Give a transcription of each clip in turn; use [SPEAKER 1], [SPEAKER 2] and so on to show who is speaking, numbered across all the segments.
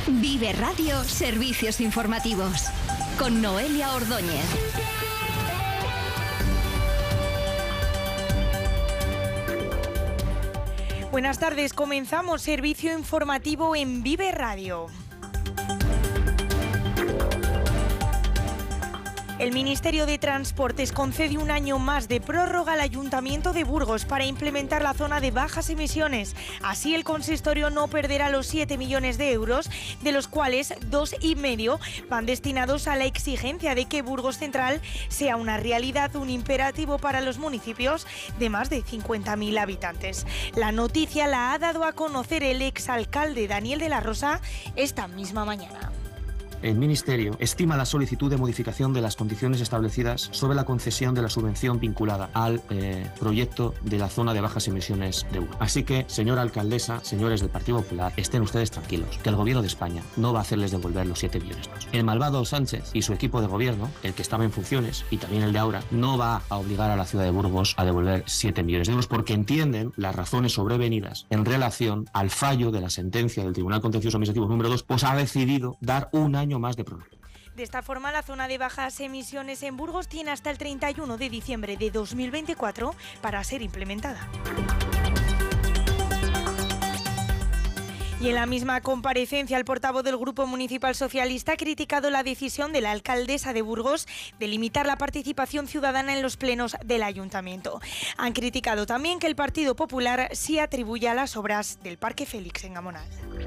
[SPEAKER 1] Vive Radio Servicios Informativos con Noelia Ordóñez.
[SPEAKER 2] Buenas tardes, comenzamos servicio informativo en Vive Radio. El Ministerio de Transportes concede un año más de prórroga al Ayuntamiento de Burgos para implementar la zona de bajas emisiones. Así el consistorio no perderá los 7 millones de euros, de los cuales 2,5 van destinados a la exigencia de que Burgos Central sea una realidad, un imperativo para los municipios de más de 50.000 habitantes. La noticia la ha dado a conocer el exalcalde Daniel de la Rosa esta misma mañana.
[SPEAKER 3] El Ministerio estima la solicitud de modificación de las condiciones establecidas sobre la concesión de la subvención vinculada al proyecto de la zona de bajas emisiones de Burgos. Así que, señora alcaldesa, señores del Partido Popular, estén ustedes tranquilos, que el Gobierno de España no va a hacerles devolver los 7 millones más. El malvado Sánchez y su equipo de gobierno, el que estaba en funciones y también el de ahora, no va a obligar a la ciudad de Burgos a devolver 7 millones de euros porque entienden las razones sobrevenidas en relación al fallo de la sentencia del Tribunal Contencioso Administrativo número 2, pues ha decidido dar un año más de prórroga.
[SPEAKER 2] De esta forma, la zona de bajas emisiones en Burgos tiene hasta el 31 de diciembre de 2024 para ser implementada. Y en la misma comparecencia, el portavoz del Grupo Municipal Socialista ha criticado la decisión de la alcaldesa de Burgos de limitar la participación ciudadana en los plenos del ayuntamiento. Han criticado también que el Partido Popular sí atribuya las obras del Parque Félix en Gamonal.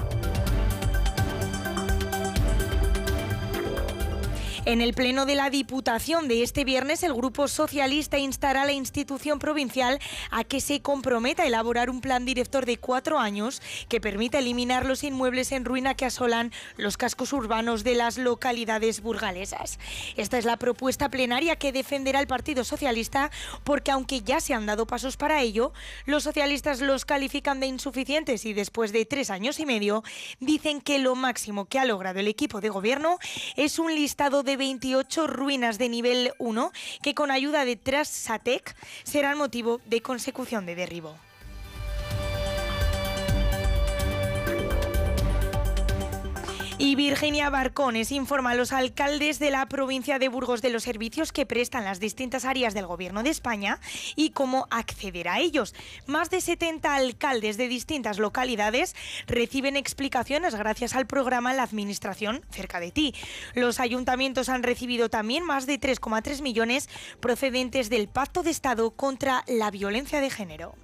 [SPEAKER 2] En el pleno de la Diputación de este viernes, el Grupo Socialista instará a la institución provincial a que se comprometa a elaborar un plan director de 4 años que permita eliminar los inmuebles en ruina que asolan los cascos urbanos de las localidades burgalesas. Esta es la propuesta plenaria que defenderá el Partido Socialista porque, aunque ya se han dado pasos para ello, los socialistas los califican de insuficientes y después de 3 años y medio dicen que lo máximo que ha logrado el equipo de gobierno es un listado de 28 ruinas de nivel 1 que con ayuda de Trasatec serán motivo de consecución de derribo. Y Virginia Barcones informa a los alcaldes de la provincia de Burgos de los servicios que prestan las distintas áreas del Gobierno de España y cómo acceder a ellos. Más de 70 alcaldes de distintas localidades reciben explicaciones gracias al programa La Administración cerca de ti. Los ayuntamientos han recibido también más de 3,3 millones procedentes del Pacto de Estado contra la Violencia de Género.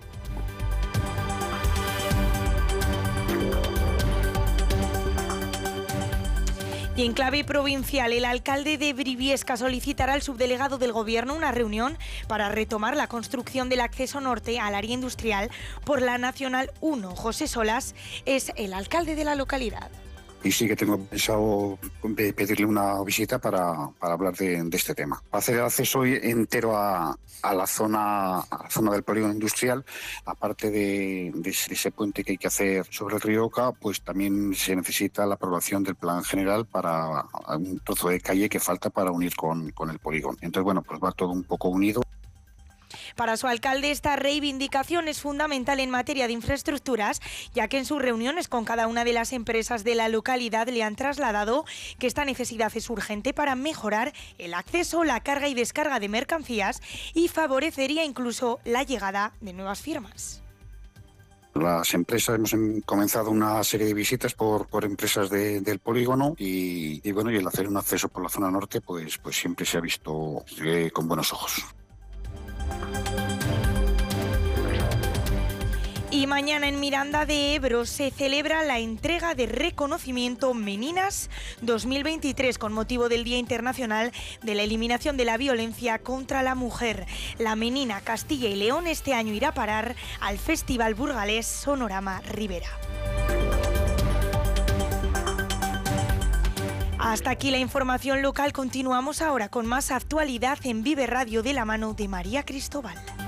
[SPEAKER 2] Y en clave provincial, el alcalde de Briviesca solicitará al subdelegado del Gobierno una reunión para retomar la construcción del acceso norte al área industrial por la Nacional 1. José Solas es el alcalde de la localidad.
[SPEAKER 4] Y sí que tengo pensado pedirle una visita para hablar de este tema. Para hacer el acceso entero a la zona del polígono industrial, aparte de ese puente que hay que hacer sobre el río Oca, pues también se necesita la aprobación del plan general para un trozo de calle que falta para unir con el polígono. Entonces, bueno, pues va todo un poco unido.
[SPEAKER 2] Para su alcalde, esta reivindicación es fundamental en materia de infraestructuras, ya que en sus reuniones con cada una de las empresas de la localidad le han trasladado que esta necesidad es urgente para mejorar el acceso, la carga y descarga de mercancías y favorecería incluso la llegada de nuevas firmas.
[SPEAKER 4] Las empresas hemos comenzado una serie de visitas por empresas del polígono y bueno, y el hacer un acceso por la zona norte pues siempre se ha visto con buenos ojos.
[SPEAKER 2] Y mañana en Miranda de Ebro se celebra la entrega de reconocimiento Meninas 2023 con motivo del Día Internacional de la Eliminación de la Violencia contra la Mujer. La Menina Castilla y León este año irá a parar al Festival Burgalés Sonorama Ribera. Hasta aquí la información local. Continuamos ahora con más actualidad en Vive Radio de la mano de María Cristóbal.